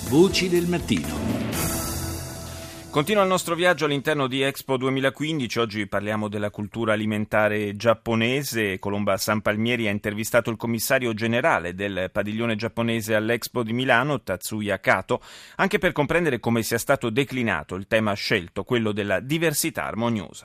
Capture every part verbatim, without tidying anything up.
Voci del mattino. Continua il nostro viaggio all'interno di Expo duemilaquindici. Oggi parliamo della cultura alimentare giapponese. Colomba Sanpalmieri ha intervistato il commissario generale del padiglione giapponese all'Expo di Milano, Tatsuya Kato, anche per comprendere come sia stato declinato il tema scelto, quello della diversità armoniosa.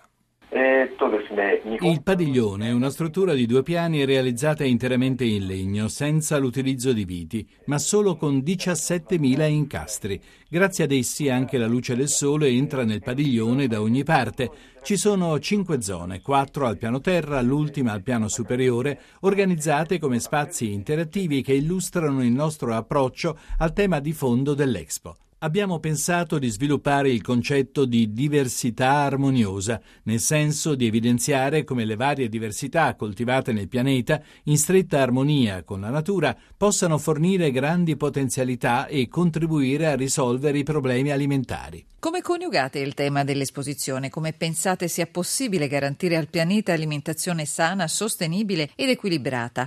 Il padiglione è una struttura di due piani realizzata interamente in legno, senza l'utilizzo di viti, ma solo con diciassettemila incastri. Grazie ad essi anche la luce del sole entra nel padiglione da ogni parte. Ci sono cinque zone, quattro al piano terra, l'ultima al piano superiore, organizzate come spazi interattivi che illustrano il nostro approccio al tema di fondo dell'Expo. Abbiamo pensato di sviluppare il concetto di diversità armoniosa, nel senso di evidenziare come le varie diversità coltivate nel pianeta, in stretta armonia con la natura, possano fornire grandi potenzialità e contribuire a risolvere i problemi alimentari. Come coniugate il tema dell'esposizione? Come pensate sia possibile garantire al pianeta alimentazione sana, sostenibile ed equilibrata?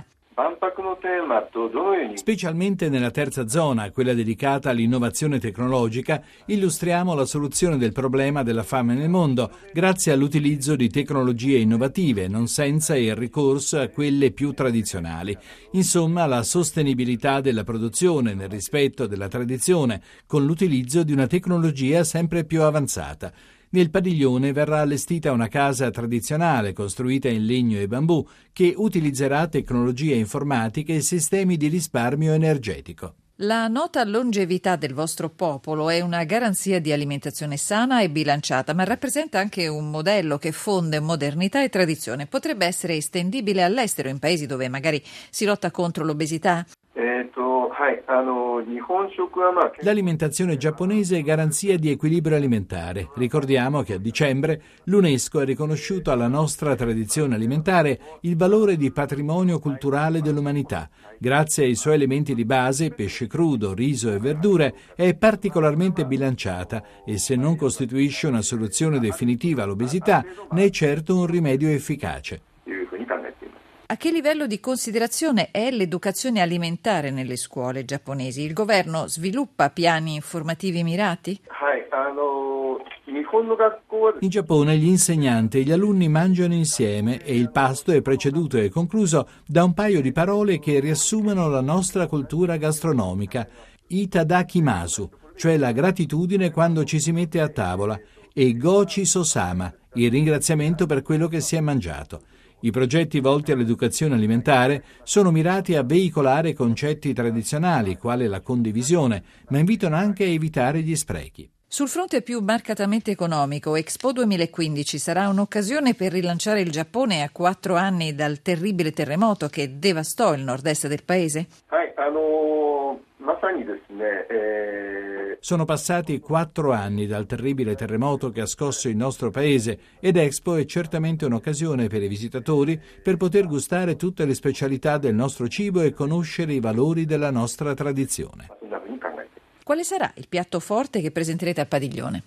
Specialmente nella terza zona, quella dedicata all'innovazione tecnologica, illustriamo la soluzione del problema della fame nel mondo grazie all'utilizzo di tecnologie innovative, non senza il ricorso a quelle più tradizionali. Insomma, la sostenibilità della produzione nel rispetto della tradizione, con l'utilizzo di una tecnologia sempre più avanzata. Nel padiglione verrà allestita una casa tradizionale costruita in legno e bambù che utilizzerà tecnologie informatiche e sistemi di risparmio energetico. La nota longevità del vostro popolo è una garanzia di alimentazione sana e bilanciata, ma rappresenta anche un modello che fonde modernità e tradizione. Potrebbe essere estendibile all'estero, in paesi dove magari si lotta contro l'obesità? L'alimentazione giapponese è garanzia di equilibrio alimentare. Ricordiamo che a dicembre l'UNESCO ha riconosciuto alla nostra tradizione alimentare il valore di patrimonio culturale dell'umanità. Grazie ai suoi elementi di base, pesce crudo, riso e verdure, è particolarmente bilanciata e se non costituisce una soluzione definitiva all'obesità, ne è certo un rimedio efficace. A che livello di considerazione è l'educazione alimentare nelle scuole giapponesi? Il governo sviluppa piani informativi mirati? In Giappone gli insegnanti e gli alunni mangiano insieme e il pasto è preceduto e concluso da un paio di parole che riassumono la nostra cultura gastronomica. Itadakimasu, cioè la gratitudine quando ci si mette a tavola, e Gochi Sosama, il ringraziamento per quello che si è mangiato. I progetti volti all'educazione alimentare sono mirati a veicolare concetti tradizionali, quale la condivisione, ma invitano anche a evitare gli sprechi. Sul fronte più marcatamente economico, Expo duemilaquindici sarà un'occasione per rilanciare il Giappone a quattro anni dal terribile terremoto che devastò il nord-est del paese? Sono passati quattro anni dal terribile terremoto che ha scosso il nostro paese ed Expo è certamente un'occasione per i visitatori per poter gustare tutte le specialità del nostro cibo e conoscere i valori della nostra tradizione. Quale sarà il piatto forte che presenterete al padiglione?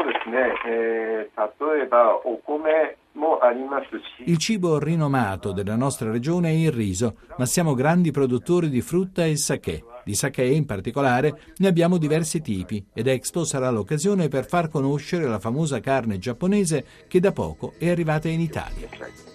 Il cibo rinomato della nostra regione è il riso, ma siamo grandi produttori di frutta e sakè. Di sakè in particolare ne abbiamo diversi tipi ed Expo sarà l'occasione per far conoscere la famosa carne giapponese che da poco è arrivata in Italia.